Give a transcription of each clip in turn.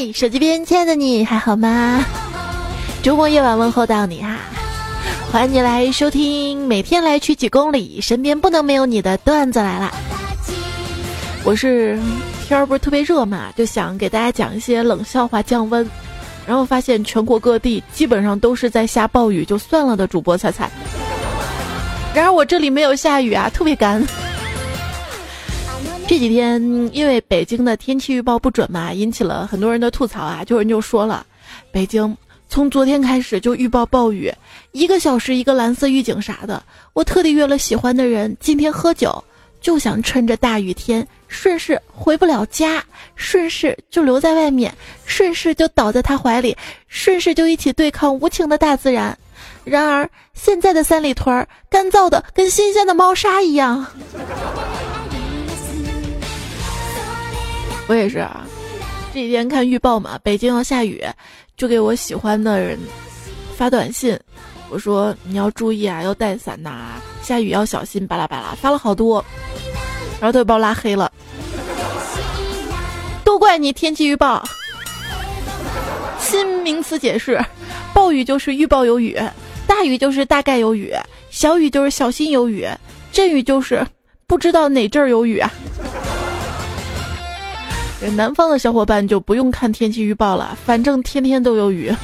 嘿，手机边亲爱的你还好吗？周末夜晚问候到你哈，欢迎你来收听每天来取几公里，身边不能没有你的段子来了。我是天儿不是特别热嘛，就想给大家讲一些冷笑话降温，然后发现全国各地基本上都是在下暴雨就算了的主播彩彩，然而我这里没有下雨啊，特别干。这几天因为北京的天气预报不准嘛，引起了很多人的吐槽啊，就有人就说了，北京从昨天开始就预报暴雨，1个小时一个蓝色预警啥的，我特地约了喜欢的人今天喝酒，就想趁着大雨天顺势回不了家，顺势就留在外面，顺势就倒在他怀里，顺势就一起对抗无情的大自然。然而现在的三里屯干燥的跟新鲜的猫砂一样。我也是啊，这几天看预报嘛，北京要下雨，就给我喜欢的人发短信，我说你要注意啊，要带伞呐，下雨要小心，巴拉巴拉，发了好多，然后他就把我拉黑了。都怪你天气预报。新名词解释，暴雨就是预报有雨，大雨就是大概有雨，小雨就是小心有雨，阵雨就是不知道哪阵儿有雨啊。南方的小伙伴就不用看天气预报了，反正天天都有雨。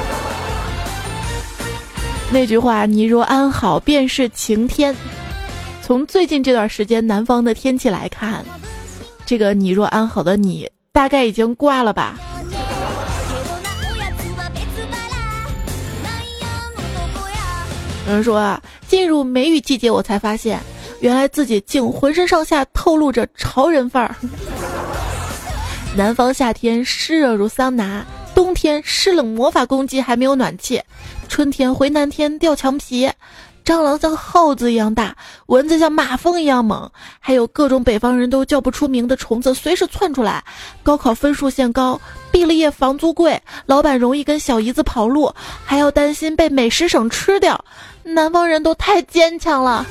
那句话，你若安好便是晴天。从最近这段时间南方的天气来看，这个你若安好的你大概已经挂了吧。有人说啊，进入梅雨季节我才发现，原来自己竟浑身上下透露着潮人范儿。南方夏天湿热如桑拿，冬天湿冷魔法攻击还没有暖气，春天回南天掉墙皮，蟑螂像耗子一样大，蚊子像马蜂一样猛，还有各种北方人都叫不出名的虫子随时窜出来。高考分数线高，毕了业房租贵，老板容易跟小姨子跑路，还要担心被美食省吃掉。南方人都太坚强了。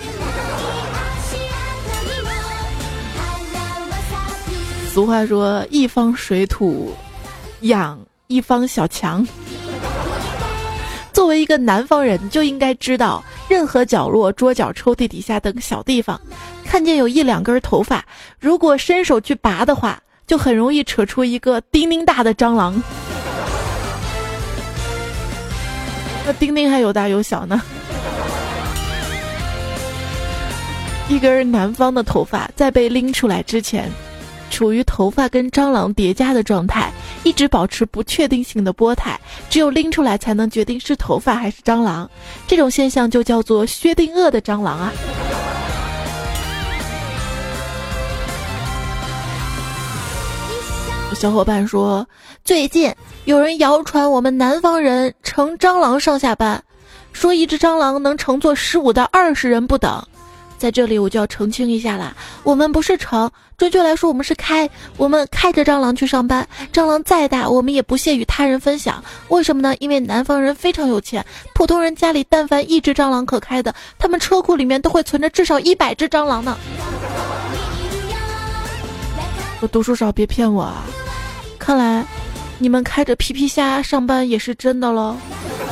俗话说，一方水土养一方小强。作为一个南方人，就应该知道，任何角落、桌角、抽屉底下等小地方，看见有1-2根头发，如果伸手去拔的话，就很容易扯出一个丁丁大的蟑螂。那丁丁还有大有小呢。一根南方的头发在被拎出来之前，处于头发跟蟑螂叠加的状态，一直保持不确定性的波态，只有拎出来才能决定是头发还是蟑螂。这种现象就叫做薛定谔的蟑螂啊。小伙伴说，最近有人谣传我们南方人乘蟑螂上下班，说一只蟑螂能乘坐15到20人不等。在这里我就要澄清一下啦，我们不是乘，准确来说我们是开，我们开着蟑螂去上班，蟑螂再大我们也不屑与他人分享。为什么呢？因为南方人非常有钱，普通人家里但凡1只蟑螂可开的，他们车库里面都会存着至少100只蟑螂呢。我读书少别骗我啊，看来你们开着皮皮虾上班也是真的咯。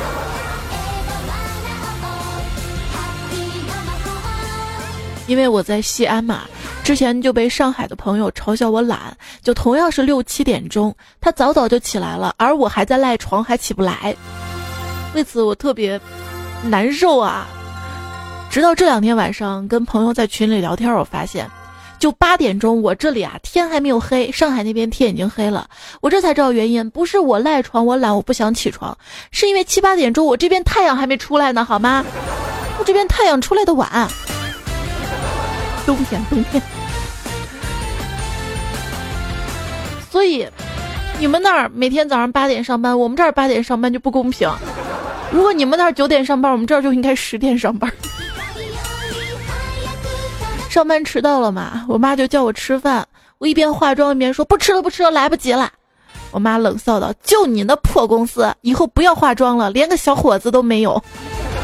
因为我在西安嘛，之前就被上海的朋友嘲笑我懒，就同样是6、7点钟，他早早就起来了，而我还在赖床还起不来，为此我特别难受啊。直到这2天晚上跟朋友在群里聊天，我发现就8点钟我这里啊天还没有黑，上海那边天已经黑了，我这才知道原因，不是我赖床我懒我不想起床，是因为7、8点钟我这边太阳还没出来呢，好吗？我这边太阳出来的晚。冬天，所以你们那儿每天早上8点上班，我们这儿8点上班就不公平。如果你们那儿9点上班，我们这儿就应该10点上班。上班迟到了嘛，我妈就叫我吃饭，我一边化妆一边说不吃了，来不及了。我妈冷笑道，就你那破公司，以后不要化妆了，连个小伙子都没有。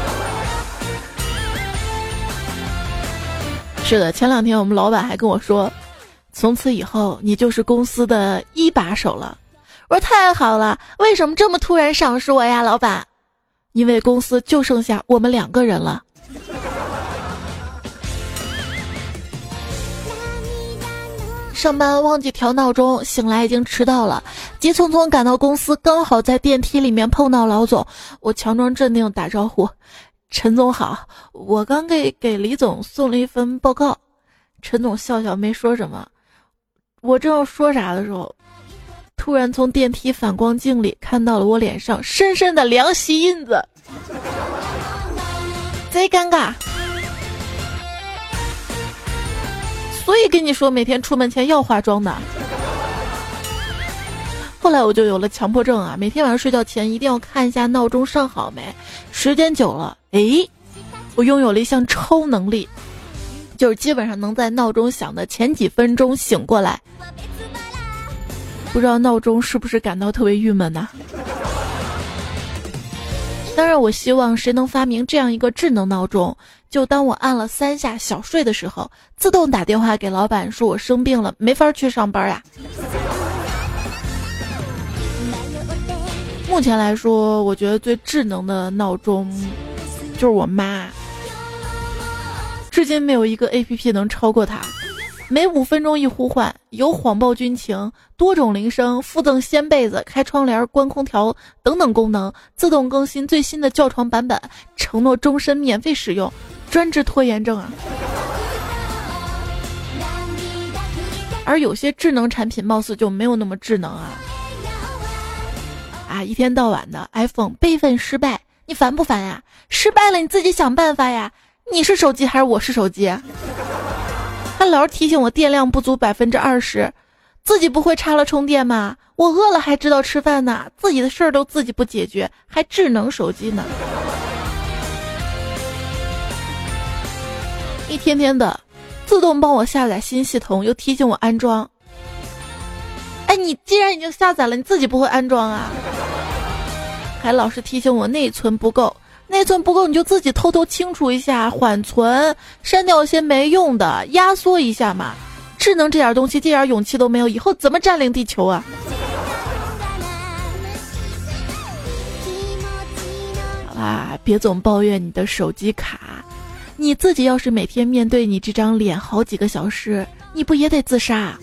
是的，前2天我们老板还跟我说，从此以后你就是公司的1把手了。 我说太好了，为什么这么突然赏识我呀，老板？因为公司就剩下我们2个人了。上班忘记调闹钟，醒来已经迟到了，急匆匆赶到公司，刚好在电梯里面碰到老总。我强装镇定打招呼：陈总好，我刚给李总送了一份报告。陈总笑笑没说什么。我正要说啥的时候，突然从电梯反光镜里看到了我脸上深深的凉席印子，贼尴尬。所以跟你说每天出门前要化妆的。后来我就有了强迫症啊，每天晚上睡觉前一定要看一下闹钟上好没，时间久了，我拥有了一项超能力，就是基本上能在闹钟响的前几分钟醒过来。不知道闹钟是不是感到特别郁闷呢？当然我希望谁能发明这样一个智能闹钟，就当我按了3下小睡的时候，自动打电话给老板说我生病了，没法去上班呀。目前来说，我觉得最智能的闹钟就是我妈，至今没有一个 APP 能超过它。每5分钟一呼唤，有谎报军情、多种铃声、附赠掀被子、开窗帘、关空调等等功能，自动更新最新的叫床版本，承诺终身免费使用，专治拖延症啊！而有些智能产品貌似就没有那么智能啊！一天到晚的 iPhone 备份失败，你烦不烦呀？失败了你自己想办法呀！你是手机还是我是手机？他老是提醒我电量不足20%，自己不会插了充电吗？我饿了还知道吃饭呢，自己的事儿都自己不解决，还智能手机呢。一天天的自动帮我下载新系统，又提醒我安装。你既然已经下载了，你自己不会安装啊？还老是提醒我内存不够，内存不够你就自己偷偷清除一下，缓存，删掉一些没用的，压缩一下嘛。智能这点东西，这点勇气都没有，以后怎么占领地球啊？好啦，别总抱怨你的手机卡，你自己要是每天面对你这张脸好几个小时，你不也得自杀？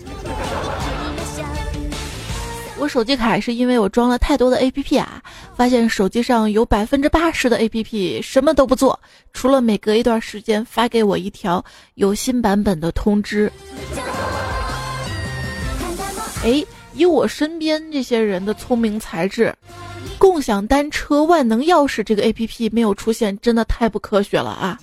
我手机卡是因为我装了太多的 APP 啊，发现手机上有80%的 APP 什么都不做，除了每隔一段时间发给我一条有新版本的通知。以我身边这些人的聪明才智，共享单车万能钥匙这个 APP 没有出现，真的太不科学了啊！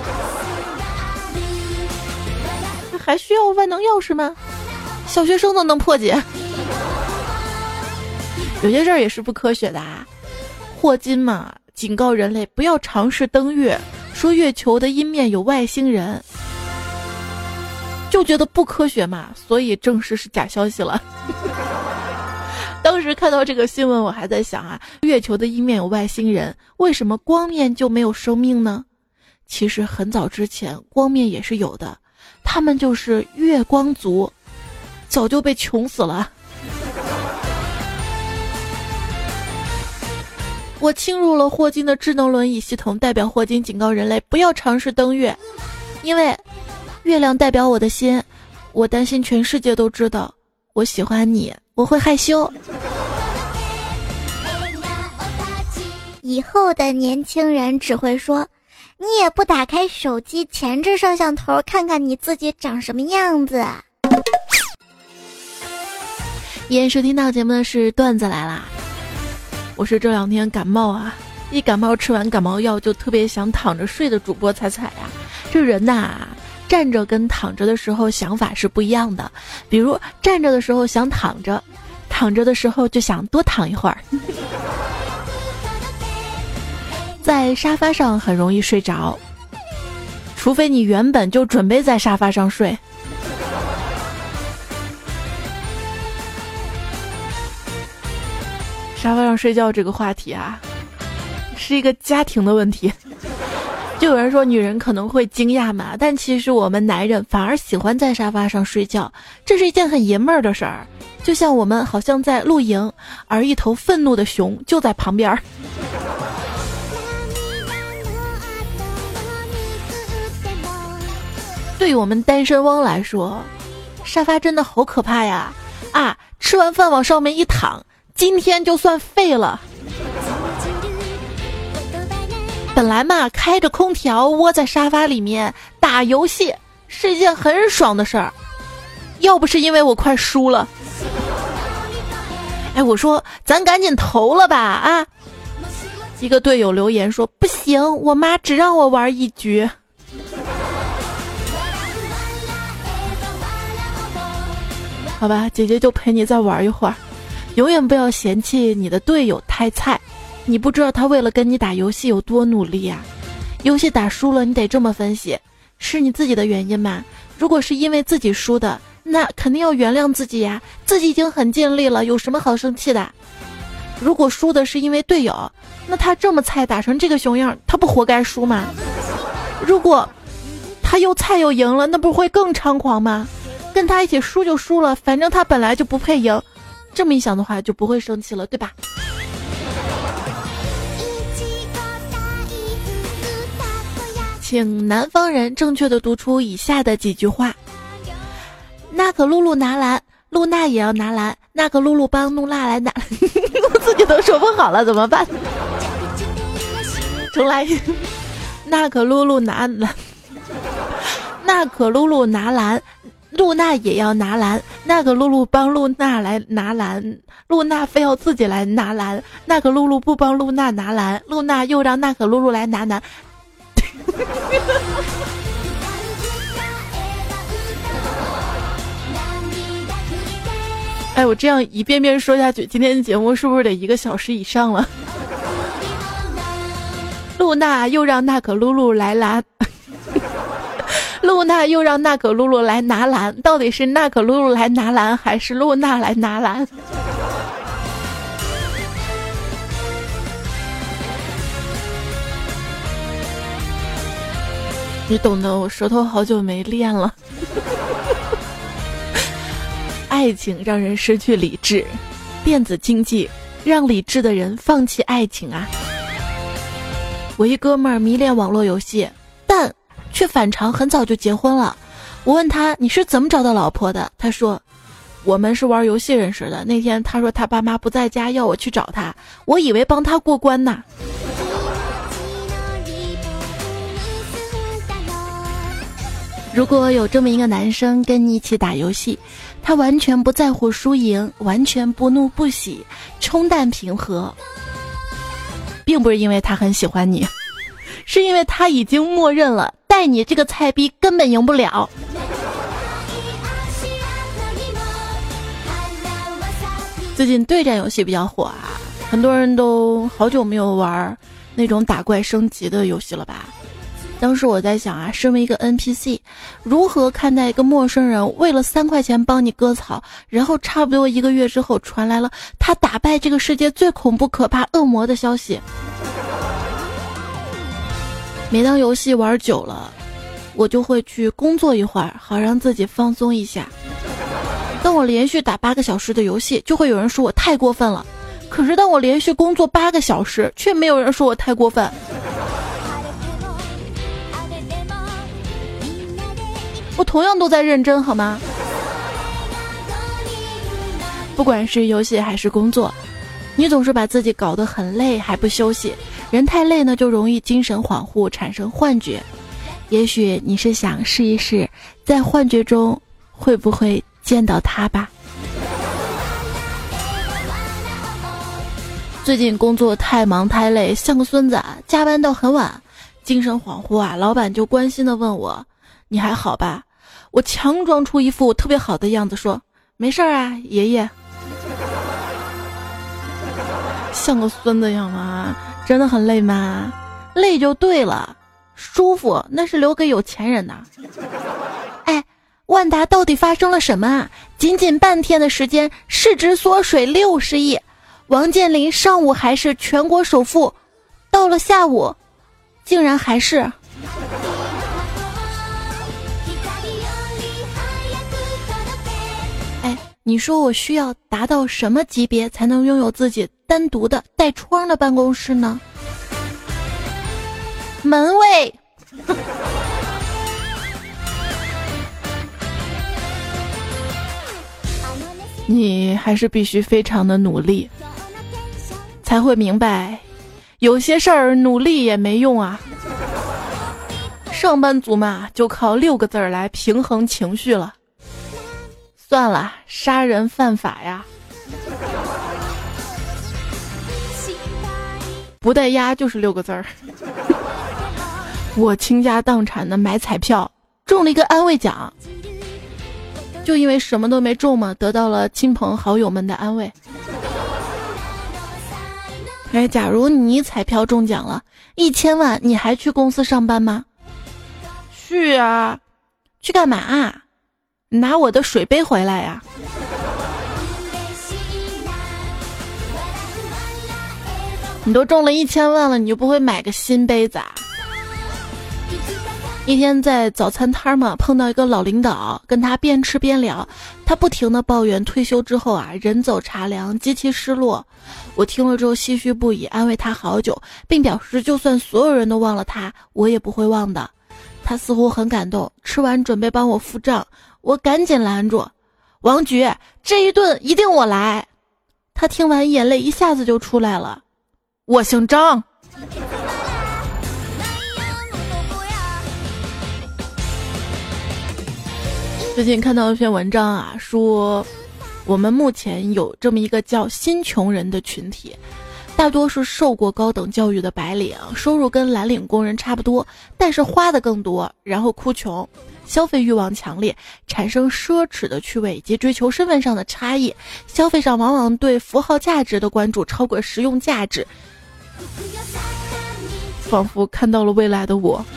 还需要万能钥匙吗？小学生都能破解。有些事儿也是不科学的啊。霍金嘛，警告人类不要尝试登月，说月球的阴面有外星人，就觉得不科学嘛，所以证实是假消息了。当时看到这个新闻，我还在想啊，月球的阴面有外星人，为什么光面就没有生命呢？其实很早之前光面也是有的，他们就是月光族，早就被穷死了。我侵入了霍金的智能轮椅系统，代表霍金警告人类不要尝试登月，因为月亮代表我的心，我担心全世界都知道我喜欢你，我会害羞。 以后的年轻人只会说，你也不打开手机前置摄像头看看你自己长什么样子。 依然收听到节目的是段子来啦。我是这2天感冒啊，一感冒吃完感冒药就特别想躺着睡的主播彩彩呀。这人呐，站着跟躺着的时候想法是不一样的。比如站着的时候想躺着，躺着的时候就想多躺一会儿。在沙发上很容易睡着，除非你原本就准备在沙发上睡。沙发上睡觉这个话题啊，是一个家庭的问题。 就有人说女人可能会惊讶嘛，但其实我们男人反而喜欢在沙发上睡觉，这是一件很爷们儿的事儿。就像我们好像在露营，而一头愤怒的熊就在旁边。对于我们单身汪来说，沙发真的好可怕呀！啊，吃完饭往上面一躺，今天就算废了。本来嘛，开着空调窝在沙发里面打游戏是一件很爽的事儿，要不是因为我快输了。哎，我说咱赶紧投了吧啊！一个队友留言说不行，我妈只让我玩一局。好吧，姐姐就陪你再玩一会儿，永远不要嫌弃你的队友太菜。你不知道他为了跟你打游戏有多努力啊！游戏打输了，你得这么分析，是你自己的原因吗？如果是因为自己输的，那肯定要原谅自己呀，自己已经很尽力了，有什么好生气的？如果输的是因为队友，那他这么菜打成这个熊样，他不活该输吗？如果他又菜又赢了，那不会更猖狂吗？跟他一起输就输了，反正他本来就不配赢，这么一想的话就不会生气了，对吧？请南方人正确的读出以下的几句话：那可露露拿蓝，露娜也要拿蓝，那个露露帮露娜来拿我自己都说不好了，怎么办？重来。那可露露拿蓝，那可露露拿蓝，露娜也要拿蓝，那个露露帮露娜来拿蓝，露娜非要自己来拿蓝，那个露露不帮露娜拿蓝，露娜又让那个露露来拿蓝。哎，我这样一遍遍说下去，今天的节目是不是得1个小时以上了？露娜又让那可露露来拿露娜又让那可露露来拿蓝，到底是那可露露来拿蓝，还是露娜来拿蓝？你懂的，我舌头好久没练了。爱情让人失去理智，电子竞技让理智的人放弃爱情啊！我一哥们儿迷恋网络游戏，但却反常很早就结婚了。我问他你是怎么找到老婆的？他说我们是玩游戏认识的。那天他说他爸妈不在家，要我去找他，我以为帮他过关呢。如果有这么一个男生跟你一起打游戏，他完全不在乎输赢，完全不怒不喜，冲淡平和，并不是因为他很喜欢你，是因为他已经默认了带你这个菜逼根本赢不了。最近对战游戏比较火啊，很多人都好久没有玩那种打怪升级的游戏了吧。当时我在想啊，身为一个 NPC， 如何看待一个陌生人为了3块钱帮你割草，然后差不多1个月之后传来了他打败这个世界最恐怖可怕恶魔的消息。每当游戏玩久了，我就会去工作一会儿，好让自己放松一下。当我连续打8个小时的游戏，就会有人说我太过分了，可是当我连续工作8个小时，却没有人说我太过分。我同样都在认真，好吗？不管是游戏还是工作，你总是把自己搞得很累还不休息，人太累呢就容易精神恍惚，产生幻觉。也许你是想试一试在幻觉中会不会见到他吧。最近工作太忙太累，像个孙子，加班到很晚，精神恍惚啊，老板就关心地问我你还好吧？我强装出一副特别好的样子说没事啊，爷爷。像个孙子样吗？真的很累吗？累就对了，舒服那是留给有钱人的。哎，万达到底发生了什么啊？仅仅半天的时间，市值缩水60亿。王健林上午还是全国首富，到了下午竟然还是哎，你说我需要达到什么级别才能拥有自己单独的带窗的办公室呢？门卫。你还是必须非常的努力，才会明白，有些事儿努力也没用啊。上班族嘛，就靠6个字儿来平衡情绪了。算了，杀人犯法呀。不带压就是6个字儿。我倾家荡产的买彩票，中了一个安慰奖。就因为什么都没中嘛，得到了亲朋好友们的安慰。哎，假如你彩票中奖了1000万，你还去公司上班吗？去啊，去干嘛啊？拿我的水杯回来呀。你都中了1000万了，你就不会买个新杯子啊？一天在早餐摊嘛，碰到一个老领导，跟他边吃边聊，他不停地抱怨退休之后啊，人走茶凉，极其失落。我听了之后唏嘘不已，安慰他好久，并表示就算所有人都忘了他，我也不会忘的。他似乎很感动，吃完准备帮我付账，我赶紧拦住：“王局，这一顿一定我来。”他听完眼泪一下子就出来了：“我姓张。”最近看到一篇文章啊，说我们目前有这么一个叫新穷人的群体，大多是受过高等教育的白领，收入跟蓝领工人差不多，但是花的更多，然后哭穷，消费欲望强烈，产生奢侈的趣味以及追求身份上的差异，消费上往往对符号价值的关注超过实用价值，仿佛看到了未来的我。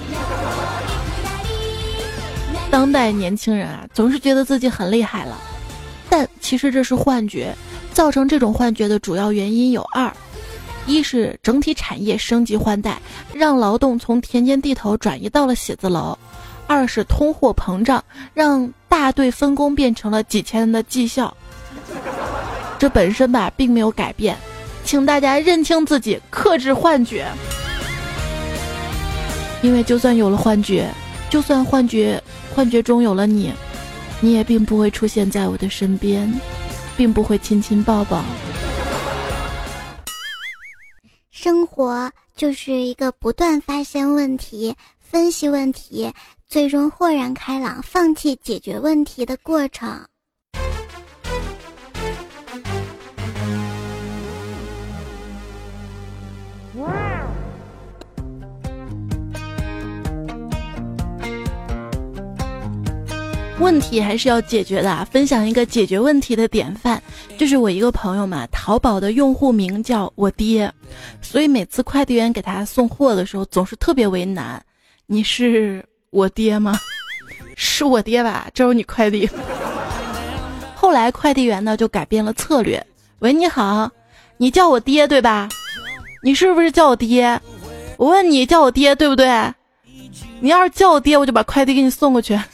当代年轻人啊，总是觉得自己很厉害了，但其实这是幻觉。造成这种幻觉的主要原因有2：一是整体产业升级换代，让劳动从田间地头转移到了写字楼；2是通货膨胀，让大队分工变成了几千人的绩效。这本身吧，并没有改变，请大家认清自己，克制幻觉。因为就算有了幻觉，就算幻觉中有了你，你也并不会出现在我的身边，并不会亲亲抱抱。 生活就是一个不断发现问题、分析问题，最终豁然开朗、放弃解决问题的过程。 问题还是要解决的啊！分享一个解决问题的典范，就是我一个朋友嘛，淘宝的用户名叫我爹，所以每次快递员给他送货的时候总是特别为难。你是我爹吗？是我爹吧，这有你快递。后来快递员呢就改变了策略，喂，你好，你叫我爹对吧？你是不是叫我爹？我问你叫我爹对不对？你要是叫我爹，我就把快递给你送过去。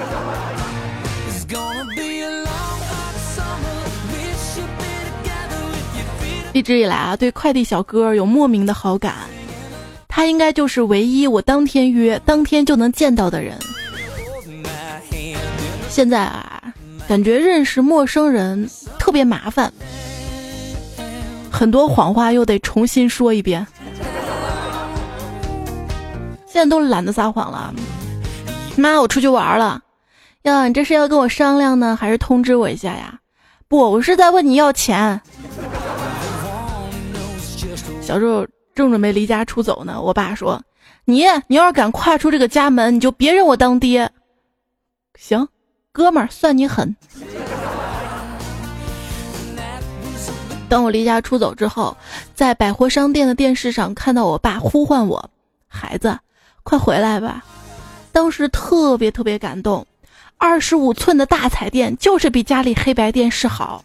一直以来啊，对快递小哥有莫名的好感，他应该就是唯一我当天约当天就能见到的人。现在啊，感觉认识陌生人特别麻烦，很多谎话又得重新说一遍。现在都懒得撒谎了。妈，我出去玩了。呀，你这是要跟我商量呢，还是通知我一下呀？不，我是在问你要钱。小时候正准备离家出走呢，我爸说：“你要是敢跨出这个家门，你就别认我当爹。”行，哥们儿，算你狠。当我离家出走之后，在百货商店的电视上看到我爸呼唤我：“孩子，快回来吧。”当时特别感动，25寸的大彩电就是比家里黑白电视好。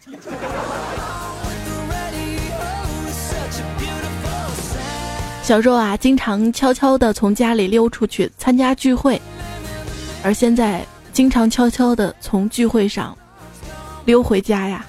小时候啊，经常悄悄地从家里溜出去参加聚会，而现在经常悄悄地从聚会上溜回家呀。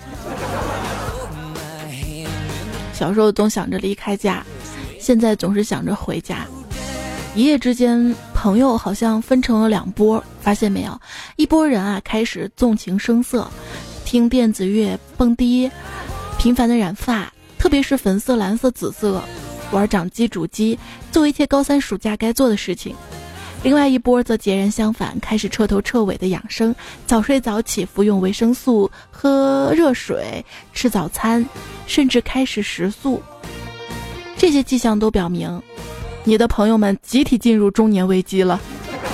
小时候总想着离开家，现在总是想着回家。一夜之间，朋友好像分成了两波，发现没有？一波人啊，开始纵情声色，听电子乐、蹦迪，频繁的染发，特别是粉色、蓝色、紫色，玩掌机、主机，做一切高三暑假该做的事情。另外一波则截然相反，开始彻头彻尾的养生，早睡早起，服用维生素，喝热水，吃早餐，甚至开始食素。这些迹象都表明，你的朋友们集体进入中年危机了。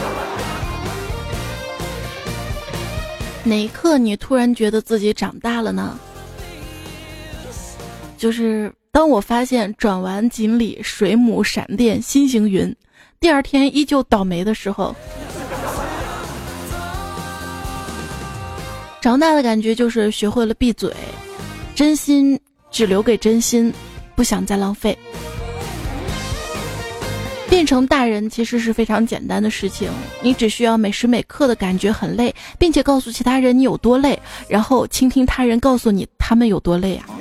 哪一刻你突然觉得自己长大了呢？就是当我发现转完锦鲤、水母、闪电、新行云，第二天依旧倒霉的时候。长大的感觉就是学会了闭嘴，真心只留给真心，不想再浪费。变成大人其实是非常简单的事情，你只需要每时每刻的感觉很累，并且告诉其他人你有多累，然后倾听他人告诉你他们有多累啊。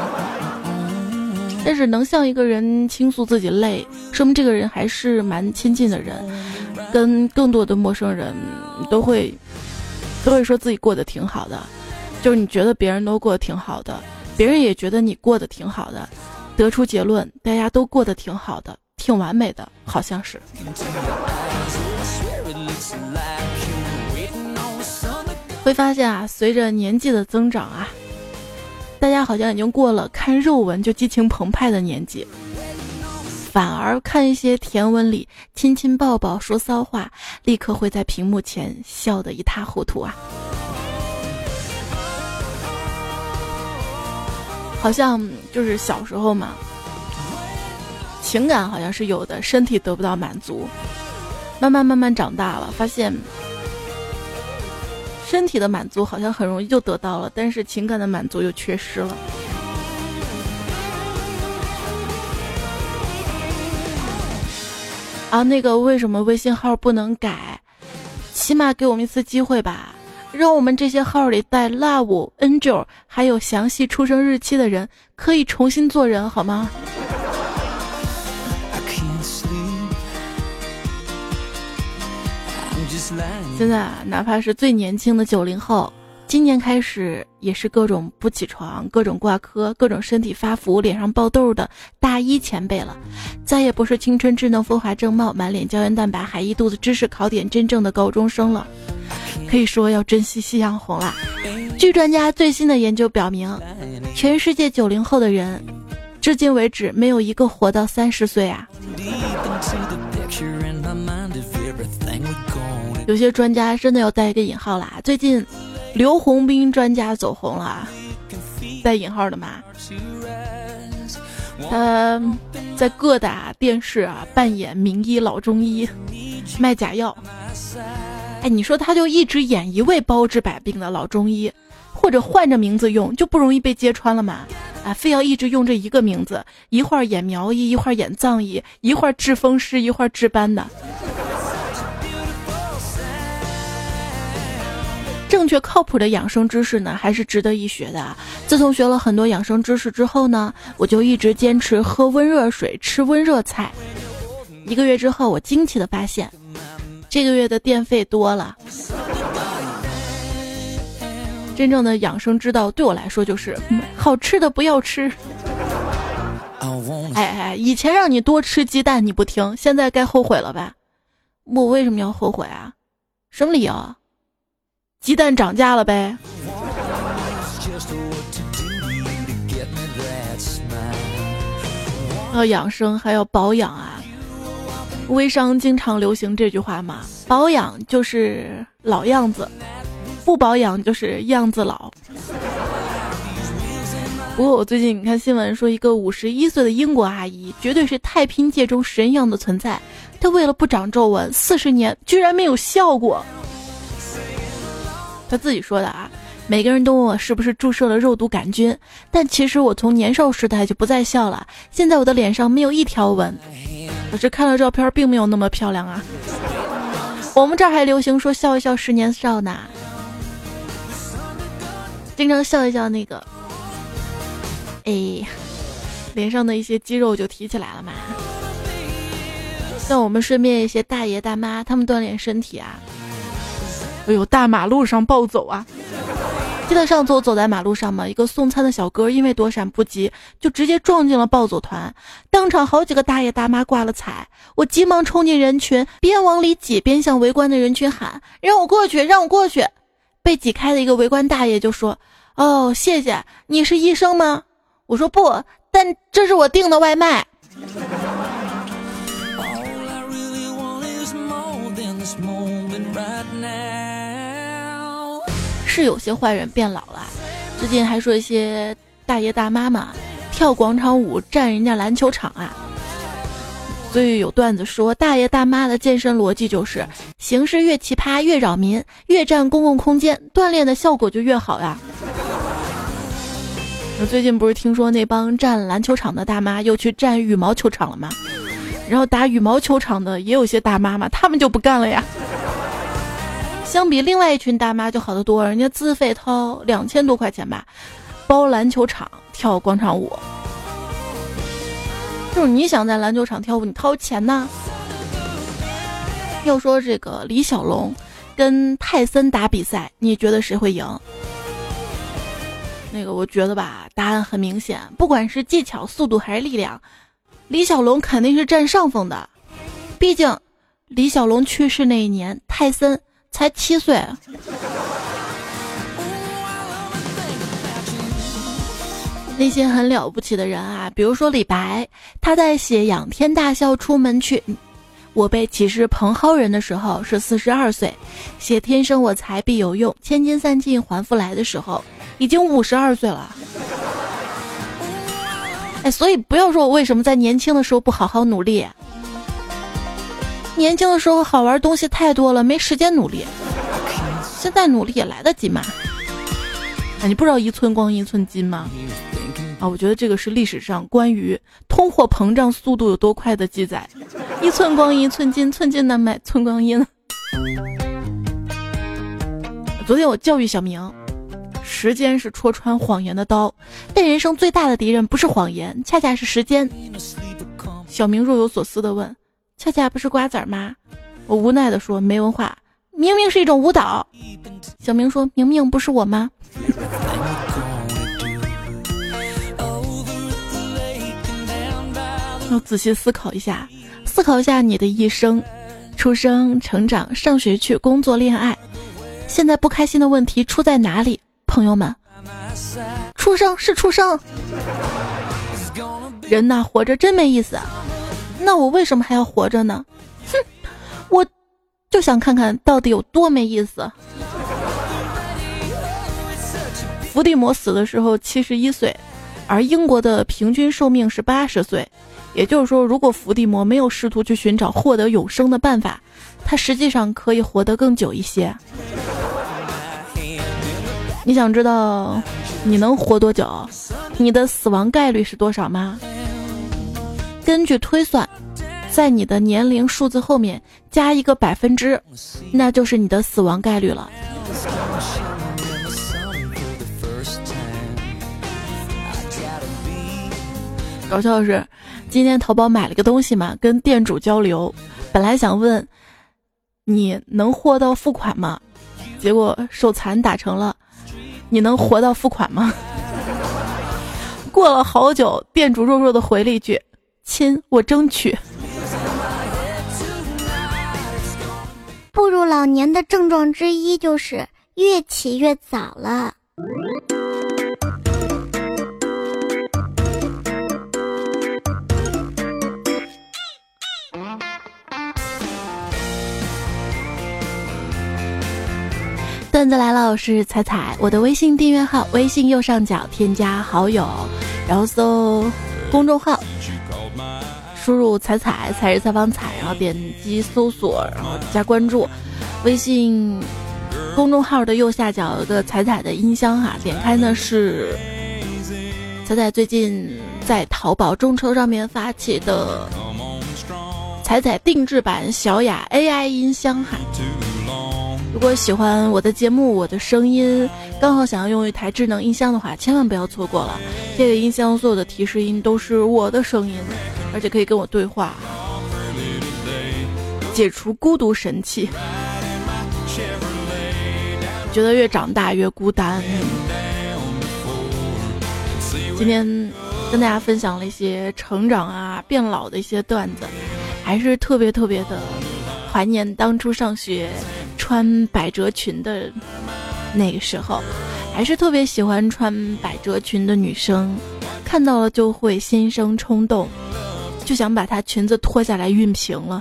但是能向一个人倾诉自己累，说明这个人还是蛮亲近的人，跟更多的陌生人都会说自己过得挺好的，就是你觉得别人都过得挺好的，别人也觉得你过得挺好的，得出结论，大家都过得挺好的，挺完美的，好像是。会发现啊，随着年纪的增长啊，大家好像已经过了看肉文就激情澎湃的年纪，反而看一些甜文里亲亲抱抱说骚话，立刻会在屏幕前笑得一塌糊涂啊。好像就是小时候嘛，情感好像是有的，身体得不到满足，慢慢长大了，发现身体的满足好像很容易就得到了，但是情感的满足又缺失了。啊，那个为什么微信号不能改？起码给我们一次机会吧，让我们这些号里带 love、angel 还有详细出生日期的人可以重新做人好吗？现在哪怕是最年轻的90后，今年开始也是各种不起床，各种挂科，各种身体发福，脸上爆痘的大一前辈了，再也不是青春稚嫩风华正茂，满脸胶原蛋白还一肚子知识考点真正的高中生了。可以说要珍惜夕阳红了。据专家最新的研究表明，全世界90后的人至今为止没有一个活到30岁啊。有些专家真的要带一个引号啦，最近刘洪斌专家走红了，带引号的嘛。他在各大电视啊扮演名医老中医，卖假药。哎，你说他就一直演一位包治百病的老中医，或者换着名字用，就不容易被揭穿了嘛？啊，非要一直用这一个名字，一会儿演苗医，一会儿演藏医，一会儿治风湿，一会儿治斑的。正确靠谱的养生知识呢，还是值得一学的。自从学了很多养生知识之后呢，我就一直坚持喝温热水，吃温热菜。1个月之后，我惊奇的发现，这个月的电费多了。真正的养生之道对我来说就是好吃的不要吃。以前让你多吃鸡蛋你不听，现在该后悔了吧？我为什么要后悔啊？什么理由？鸡蛋涨价了呗。要养生还要保养啊。微商经常流行这句话嘛，保养就是老样子，不保养就是样子老。不过我最近你看新闻说，一个51岁的英国阿姨绝对是太平界中神一样的存在，她为了不长皱纹40年居然没有笑过。她自己说的啊，每个人都问我是不是注射了肉毒杆菌，但其实我从年少时代就不再笑了，现在我的脸上没有一条纹。 可是看了照片并没有那么漂亮啊。我们这儿还流行说笑一笑10年少呢，经常笑一笑那个，脸上的一些肌肉就提起来了嘛。像我们身边一些大爷大妈，他们锻炼身体啊，大马路上暴走啊。记得上次我走在马路上嘛，一个送餐的小哥因为躲闪不及，就直接撞进了暴走团，当场好几个大爷大妈挂了彩。我急忙冲进人群，边往里挤边向围观的人群喊：“让我过去，让我过去！”被挤开的一个围观大爷就说：“哦，谢谢，你是医生吗？”我说：“不，但这是我订的外卖。”是有些坏人变老了，最近还说一些大爷大妈嘛跳广场舞占人家篮球场啊，所以有段子说大爷大妈的健身逻辑就是形式越奇葩越扰民，越占公共空间，锻炼的效果就越好呀。最近不是听说那帮占篮球场的大妈又去占羽毛球场了吗？然后打羽毛球场的也有些大妈嘛，他们就不干了呀。相比另外一群大妈就好得多，人家自费掏2000多块钱吧，包篮球场跳广场舞。就是你想在篮球场跳舞，你掏钱呢。要说这个李小龙跟泰森打比赛，你觉得谁会赢？那个我觉得吧，答案很明显，不管是技巧、速度还是力量，李小龙肯定是占上风的。毕竟李小龙去世那一年，泰森才7岁。那些很了不起的人啊，比如说李白，他在写仰天大笑出门去，我辈岂是蓬蒿人的时候是42岁，写天生我材必有用，千金散尽还复来的时候已经52岁了。所以不要说我为什么在年轻的时候不好好努力，年轻的时候好玩东西太多了，没时间努力，现在努力也来得及嘛。你不知道1寸光1寸金吗？我觉得这个是历史上关于通货膨胀速度有多快的记载。1寸光1寸金，寸金难买寸光阴。昨天我教育小明，时间是戳穿谎言的刀，但人生最大的敌人不是谎言，恰恰是时间。小明若有所思地问：恰恰不是瓜子吗？我无奈地说：没文化，明明是一种舞蹈。小明说：明明不是我吗？要仔细思考一下，思考一下你的一生，出生、成长、上学去、工作、恋爱，现在不开心的问题出在哪里？朋友们，出生是出生。人呐，活着真没意思，那我为什么还要活着呢？哼，我就想看看到底有多没意思。伏地魔死的时候71岁，而英国的平均寿命是80岁。也就是说，如果伏地魔没有试图去寻找获得永生的办法，他实际上可以活得更久一些。你想知道你能活多久？你的死亡概率是多少吗？根据推算，在你的年龄数字后面加一个%，那就是你的死亡概率了。搞笑的是，今天淘宝买了个东西嘛，跟店主交流，本来想问你能货到付款吗？结果手残打成了你能活到付款吗？过了好久，店主弱弱的回了一句：亲，我争取。 步入老年的症状之一就是越起越早了。 段子来了，我是彩彩，我的微信订阅号，微信右上角添加好友，然后搜公众号，输入彩彩，彩是采访彩，然后点击搜索，然后加关注。微信公众号的右下角有个彩彩的音箱哈，点开呢是彩彩最近在淘宝众筹上面发起的彩彩定制版小雅 AI 音箱哈。如果喜欢我的节目，我的声音，刚好想要用一台智能音箱的话，千万不要错过了。这个音箱所有的提示音都是我的声音，而且可以跟我对话，解除孤独神器。觉得越长大越孤单。今天跟大家分享了一些成长啊、变老的一些段子，还是特别的怀念当初上学穿百褶裙的那个时候，还是特别喜欢穿百褶裙的女生，看到了就会心生冲动，就想把她裙子脱下来熨平了。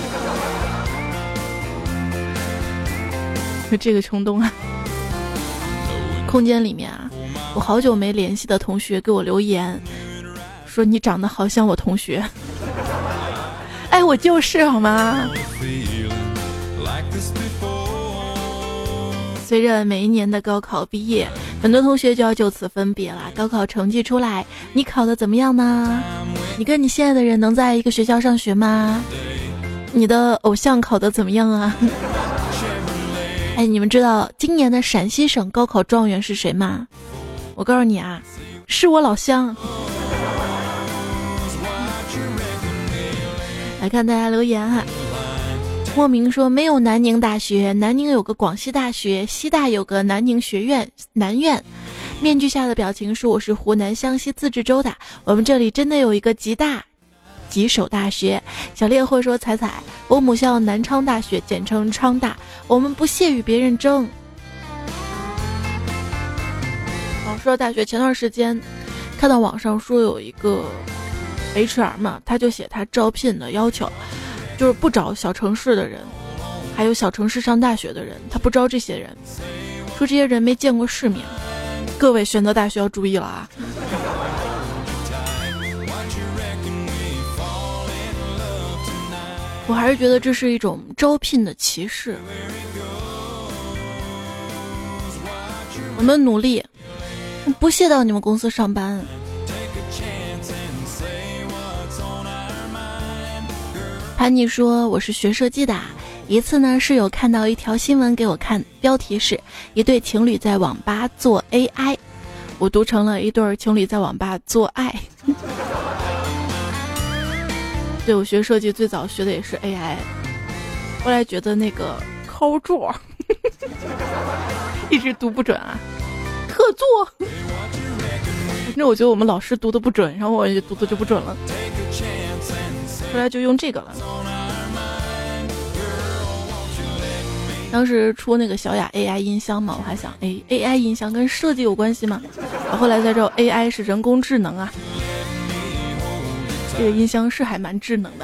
就这个冲动啊！空间里面啊，我好久没联系的同学给我留言，说你长得好像我同学。哎，我就是好吗？随着每一年的高考毕业，很多同学就要就此分别了。高考成绩出来，你考得怎么样呢？你跟你心爱的人能在一个学校上学吗？你的偶像考得怎么样啊？哎，你们知道今年的陕西省高考状元是谁吗？我告诉你啊，是我老乡。来看大家留言哈。莫名说没有南宁大学，南宁有个广西大学，西大有个南宁学院南院。面具下的表情说我是湖南湘西自治州的，我们这里真的有一个吉首大学。小烈会说彩彩，我母校南昌大学，简称昌大，我们不屑与别人争。说到大学，前段时间看到网上说有一个 HR 嘛，他就写他招聘的要求就是不找小城市的人，还有小城市上大学的人，他不招这些人，说这些人没见过世面。各位选择大学要注意了啊！我还是觉得这是一种招聘的歧视。我们努力，不屑到你们公司上班。潘妮说我是学设计的，一次呢室友看到一条新闻给我看，标题是一对情侣在网吧做 AI， 我读成了一对情侣在网吧做爱。对，我学设计最早学的也是 AI， 后来觉得那个抠座一直读不准啊，特作。反正我觉得我们老师读的不准，然后我也读的就不准了，后来就用这个了。当时出那个小雅 AI 音箱嘛，我还想AI 音箱跟设计有关系吗？后来才知道 AI 是人工智能啊。这个音箱是还蛮智能的，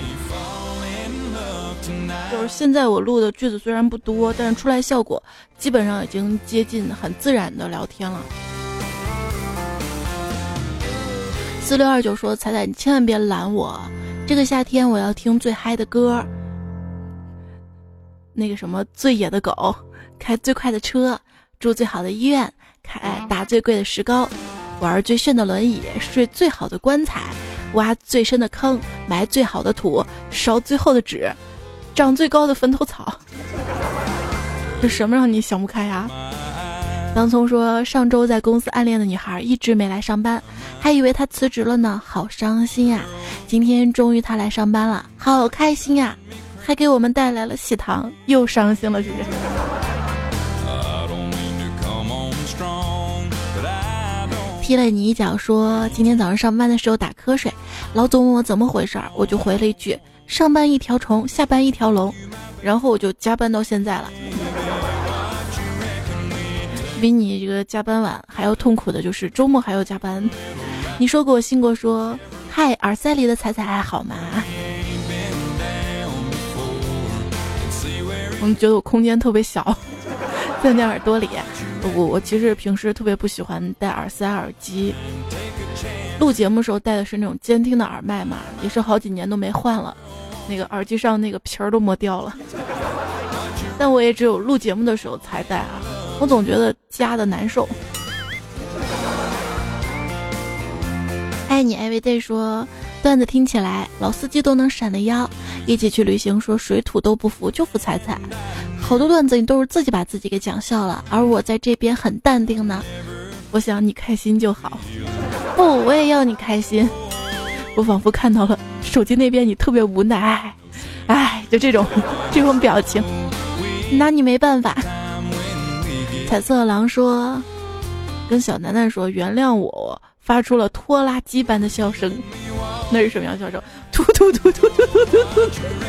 就是现在我录的句子虽然不多，但是出来效果基本上已经接近很自然的聊天了。4629说彩彩你千万别拦我，这个夏天我要听最嗨的歌，那个什么最野的狗，开最快的车，住最好的医院，打最贵的石膏，玩最炫的轮椅，睡最好的棺材，挖最深的坑，埋最好的土，烧最厚的纸，长最高的坟头草。这什么让你想不开啊？洋葱说上周在公司暗恋的女孩一直没来上班，还以为她辞职了呢，好伤心呀。今天终于她来上班了，好开心呀，还给我们带来了喜糖，又伤心了是不是？踢了你一脚说今天早上上班的时候打瞌睡，老总问我怎么回事，我就回了一句上班一条虫，下班一条龙，然后我就加班到现在了。比你这个加班晚还要痛苦的就是周末还要加班。你说给我信过说嗨，耳塞里的彩彩还好吗？我觉得我空间特别小，在你耳朵里。我其实平时特别不喜欢戴耳塞耳机，录节目的时候戴的是那种监听的耳麦嘛，也是好几年都没换了，那个耳机上那个皮儿都磨掉了。但我也只有录节目的时候才戴啊，我总觉得夹的难受。爱你 everyday 说段子听起来老司机都能闪的腰，一起去旅行说水土都不服就服彩彩。好多段子你都是自己把自己给讲笑了，而我在这边很淡定呢。我想你开心就好。不，我也要你开心。我仿佛看到了手机那边你特别无奈，哎，就这种表情，拿你没办法。彩色狼说，跟小楠楠说原谅我，发出了拖拉机般的笑声。那是什么样笑声？突突突突突突突突。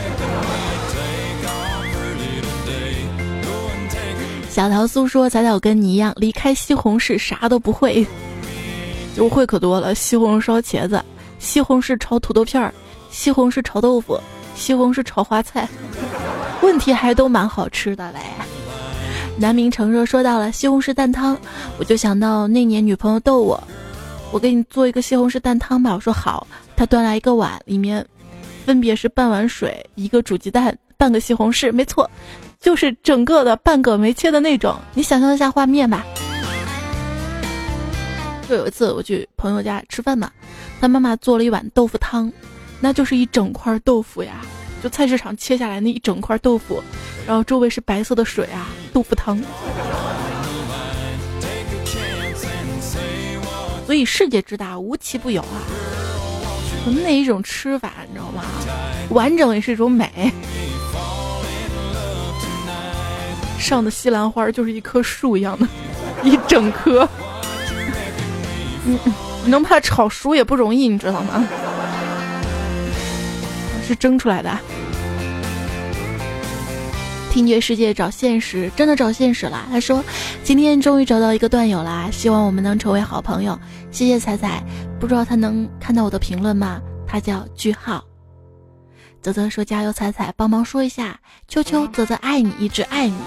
小桃酥说，彩彩我跟你一样，离开西红柿啥都不会。我会可多了，西红柿烧茄子，西红柿炒土豆片儿，西红柿炒豆腐，西红柿炒花菜，问题还都蛮好吃的嘞。南明成热说到了西红柿蛋汤，我就想到那年女朋友逗我给你做一个西红柿蛋汤吧，我说好。她端来一个碗，里面分别是半碗水，一个煮鸡蛋，半个西红柿，没错，就是整个的半个没切的那种，你想象一下画面吧。就有一次我去朋友家吃饭嘛，他妈妈做了一碗豆腐汤，那就是一整块豆腐呀，就菜市场切下来那一整块豆腐，然后周围是白色的水啊，豆腐汤。所以世界之大无奇不有啊，那一种吃法你知道吗？完整也是一种美。上的西兰花就是一棵树一样的，一整棵。你能把它炒熟也不容易，你知道吗？是蒸出来的。听觉世界找现实，真的找现实了。他说今天终于找到一个段友啦，希望我们能成为好朋友，谢谢彩彩。不知道他能看到我的评论吗？他叫句号。泽泽说加油彩彩，帮忙说一下，秋秋泽泽爱你，一直爱你。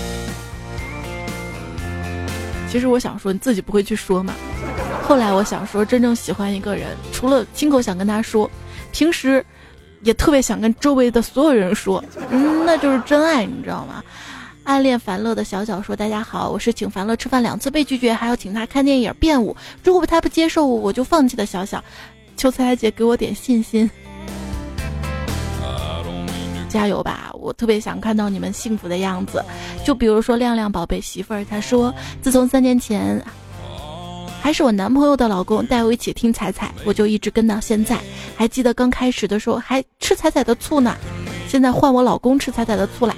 其实我想说你自己不会去说嘛，后来我想说真正喜欢一个人，除了亲口想跟他说，平时也特别想跟周围的所有人说，那就是真爱，你知道吗？暗恋樊乐的小小说大家好，我是请樊乐吃饭2次被拒绝，还要请他看电影变舞，如果他不接受我就放弃的小小，求彩彩姐给我点信心，加油吧，我特别想看到你们幸福的样子。就比如说亮亮宝贝媳妇儿，她说自从3年前还是我男朋友的老公带我一起听彩彩，我就一直跟到现在，还记得刚开始的时候还吃彩彩的醋呢，现在换我老公吃彩彩的醋啦。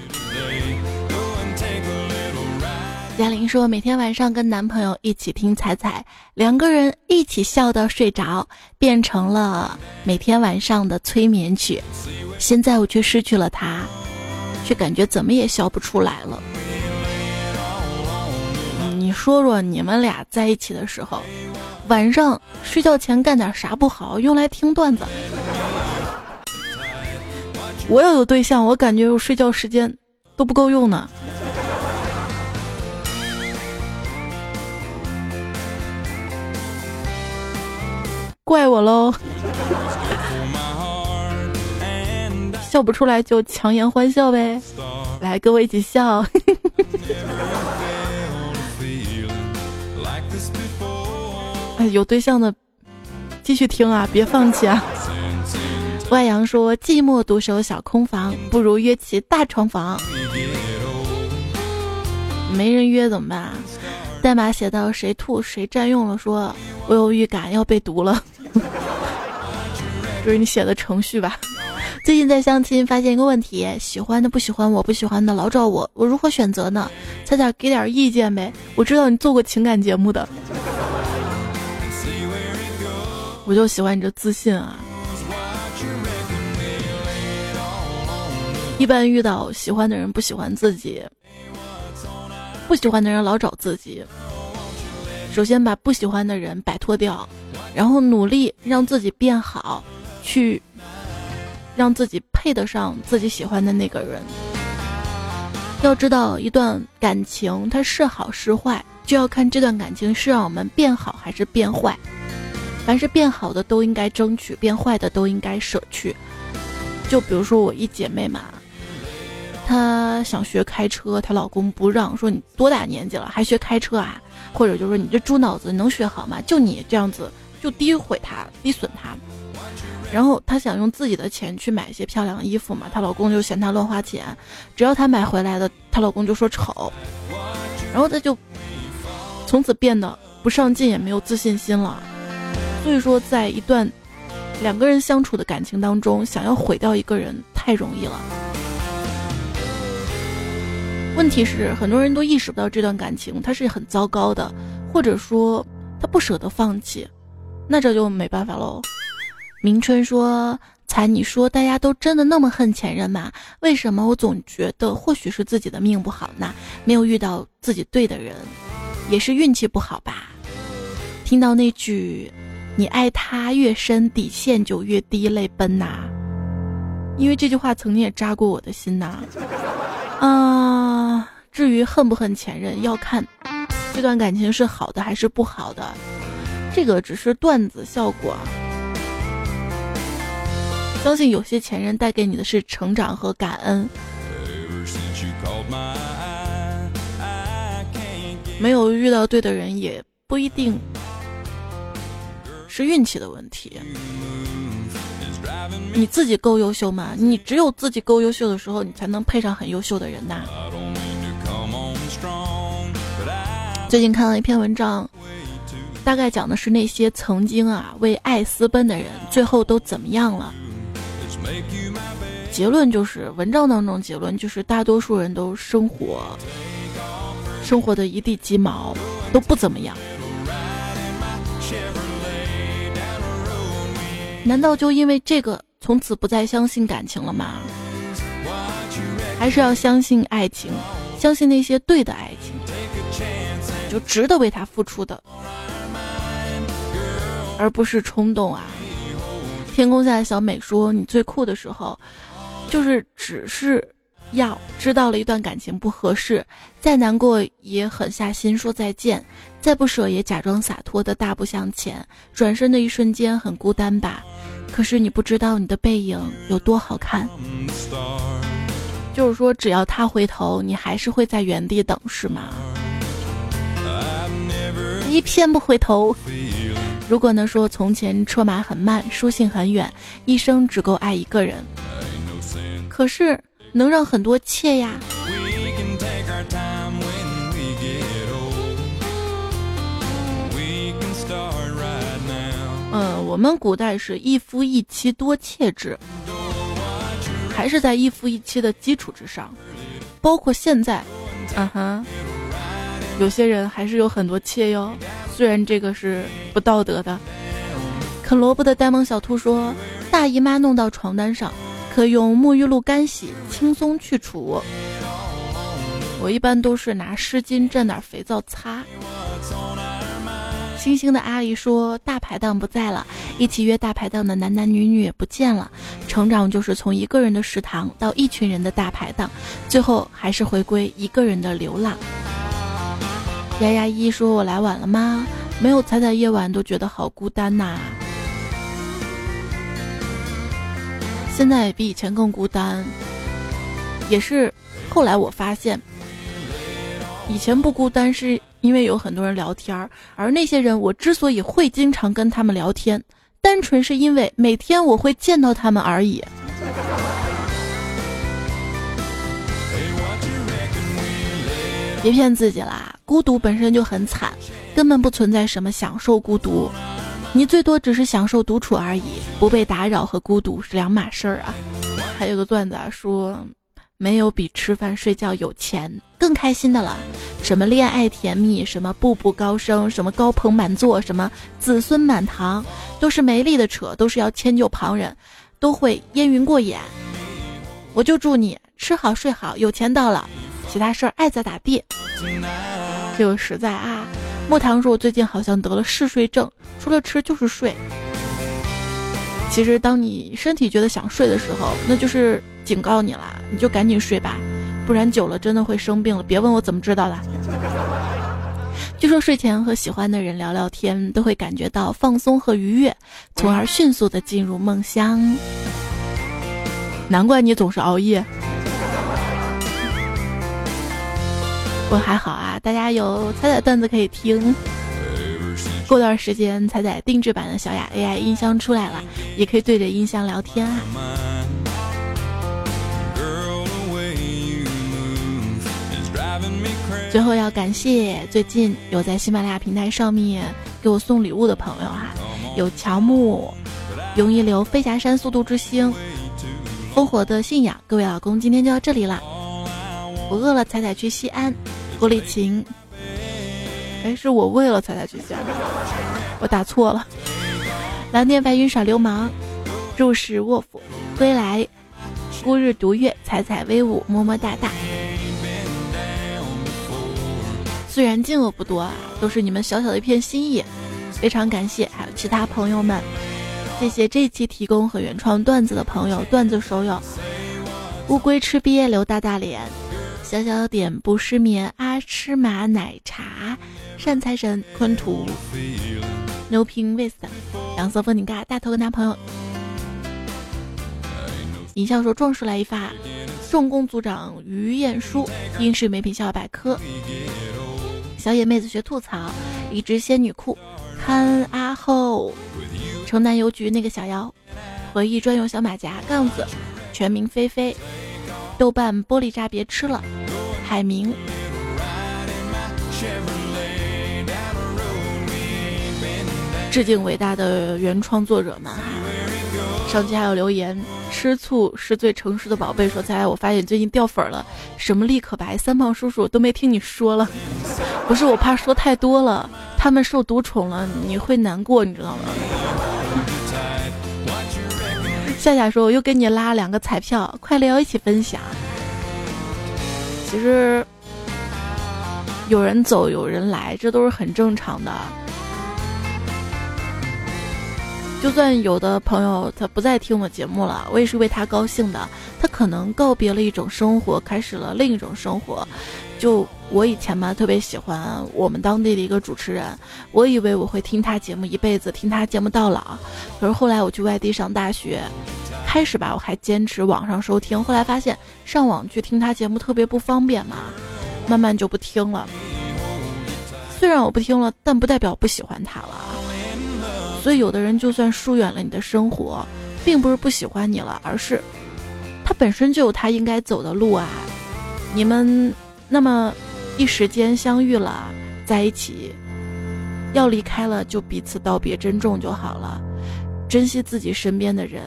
嘉玲说每天晚上跟男朋友一起听彩彩，2个人一起笑到睡着，变成了每天晚上的催眠曲，现在我却失去了他，却感觉怎么也笑不出来了。你说说你们俩在一起的时候，晚上睡觉前干点啥不好用来听段子？我要有对象，我感觉我睡觉时间都不够用呢。怪我喽，笑不出来就强颜欢笑呗，来跟我一起笑。哎，有对象的继续听啊，别放弃啊。外阳说寂寞独守小空房，不如约起大床房。没人约怎么办？代码写到谁吐谁占用了，说我有预感要被毒了。这是你写的程序吧？最近在相亲发现一个问题，喜欢的不喜欢我，不喜欢的老找我，我如何选择呢？彩彩给点意见呗，我知道你做过情感节目的。我就喜欢你这自信啊。一般遇到喜欢的人不喜欢自己，不喜欢的人老找自己，首先把不喜欢的人摆脱掉，然后努力让自己变好，去让自己配得上自己喜欢的那个人。要知道一段感情它是好是坏，就要看这段感情是让我们变好还是变坏。凡是变好的都应该争取，变坏的都应该舍去。就比如说我一姐妹嘛，她想学开车，她老公不让，说你多大年纪了还学开车啊？或者就说你这猪脑子能学好吗？就你这样子就诋毁她、诋损她。然后她想用自己的钱去买一些漂亮的衣服嘛，她老公就嫌她乱花钱，只要她买回来的，她老公就说丑，然后她就从此变得不上进，也没有自信心了。所以说，在一段两个人相处的感情当中，想要毁掉一个人太容易了。问题是，很多人都意识不到这段感情它是很糟糕的，或者说他不舍得放弃，那这就没办法喽。明春说：才你说大家都真的那么恨前任吗？为什么我总觉得或许是自己的命不好呢？没有遇到自己对的人，也是运气不好吧。听到那句你爱他越深，底线就越低，泪奔呐。因为这句话曾经也扎过我的心呐。至于恨不恨前任，要看这段感情是好的还是不好的，这个只是段子效果。相信有些前任带给你的是成长和感恩，没有遇到对的人也不一定是运气的问题。你自己够优秀吗？你只有自己够优秀的时候，你才能配上很优秀的人呐。最近看了一篇文章，大概讲的是那些曾经为爱私奔的人最后都怎么样了。结论就是文章当中结论就是大多数人都生活的一地鸡毛，都不怎么样。难道就因为这个从此不再相信感情了吗？还是要相信爱情，相信那些对的爱情，就值得为他付出的，而不是冲动啊。天空下的小美说，你最酷的时候就是只是要知道了一段感情不合适，再难过也狠下心说再见，再不舍也假装洒脱的大步向前，转身的一瞬间很孤单吧，可是你不知道你的背影有多好看。就是说只要他回头，你还是会在原地等，是吗？一偏不回头。如果说从前车马很慢，书信很远，一生只够爱一个人，可是能让很多切呀。我们古代是一夫一妻多妾制，还是在一夫一妻的基础之上，包括现在有些人还是有很多妾哟，虽然这个是不道德的。啃萝卜的呆萌小兔说，大姨妈弄到床单上，可用沐浴露干洗，轻松去除。我一般都是拿湿巾蘸点肥皂擦。星星的阿姨说，大排档不在了，一起约大排档的男男女女也不见了，成长就是从一个人的食堂到一群人的大排档，最后还是回归一个人的流浪。丫丫一说，我来晚了吗？没有彩彩夜晚都觉得好孤单呐。现在比以前更孤单，也是后来我发现，以前不孤单是因为有很多人聊天，而那些人我之所以会经常跟他们聊天，单纯是因为每天我会见到他们而已。别骗自己啦，孤独本身就很惨，根本不存在什么享受孤独，你最多只是享受独处而已，不被打扰和孤独是两码事儿啊。还有个段子说，没有比吃饭睡觉有钱更开心的了，什么恋爱甜蜜，什么步步高升，什么高朋满座，什么子孙满堂，都是没力的扯，都是要迁就旁人，都会烟云过眼。我就祝你吃好睡好，有钱到了，其他事儿爱咋咋地。这个实在啊。莫糖说，我最近好像得了嗜睡症，除了吃就是睡。其实当你身体觉得想睡的时候，那就是警告你了，你就赶紧睡吧，不然久了真的会生病了。别问我怎么知道的。据说睡前和喜欢的人聊聊天，都会感觉到放松和愉悦，从而迅速的进入梦乡。难怪你总是熬夜。我还好啊，大家有彩彩段子可以听。 过段时间彩彩定制版的小雅 AI 音箱出来了，也可以对着音箱聊天啊。最后要感谢最近有在喜马拉雅平台上面给我送礼物的朋友啊，有乔木、永一流、飞霞山、速度之星、烽火的信仰。各位老公，今天就到这里了，我饿了，彩彩去西安。郭丽琴，是我为了彩彩去西安，我打错了。蓝天白云耍流氓，入室卧斧，归来，孤日独月，彩彩威武，么么哒哒。虽然金额不多啊，都是你们小小的一片心意，非常感谢。还有其他朋友们，谢谢这一期提供和原创段子的朋友，段子手有乌龟吃鳖流大大脸，小小点不失眠，阿吃马奶茶，善财神昆图，牛平 West， 两色风景尬，大头跟他朋友尹笑说壮士来一发，重工组长于彦书，英式美品笑话百科，小野妹子学吐槽，一只仙女裤，看阿后，城南邮局那个小妖，回忆专用小马甲，杠子，全民菲菲，豆瓣玻璃渣别吃了，海明，致敬伟大的原创作者们。上期还有留言，吃醋是最诚实的宝贝，说才我发现最近掉粉了，什么立可白、三胖叔叔都没听你说了。不是我怕说太多了，他们受独宠了，你会难过，你知道吗？夏夏说我又给你拉2个彩票，快聊一起分享。其实有人走有人来，这都是很正常的。就算有的朋友他不再听我节目了，我也是为他高兴的。他可能告别了一种生活，开始了另一种生活。就我以前嘛，特别喜欢我们当地的一个主持人，我以为我会听他节目一辈子，听他节目到老。可是后来我去外地上大学，开始吧我还坚持网上收听，后来发现上网去听他节目特别不方便嘛，慢慢就不听了。虽然我不听了，但不代表不喜欢他了。所以有的人就算疏远了你的生活，并不是不喜欢你了，而是他本身就有他应该走的路啊。你们那么一时间相遇了，在一起，要离开了就彼此道别，珍重就好了，珍惜自己身边的人，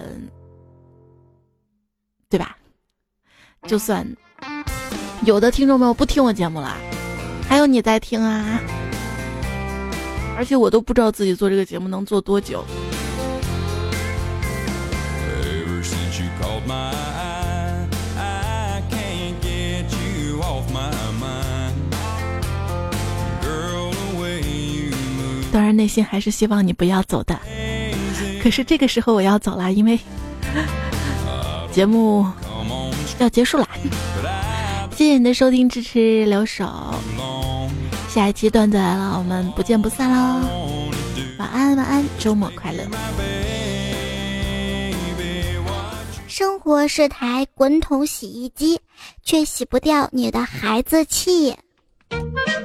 对吧？就算有的听众朋友不听我节目了，还有你在听啊，而且我都不知道自己做这个节目能做多久。当然内心还是希望你不要走的，可是这个时候我要走了，因为节目要结束了。谢谢你的收听支持留守，下一期段子来了，我们不见不散喽！晚安晚安，周末快乐。 生活是台滚筒洗衣机，却洗不掉你的孩子气。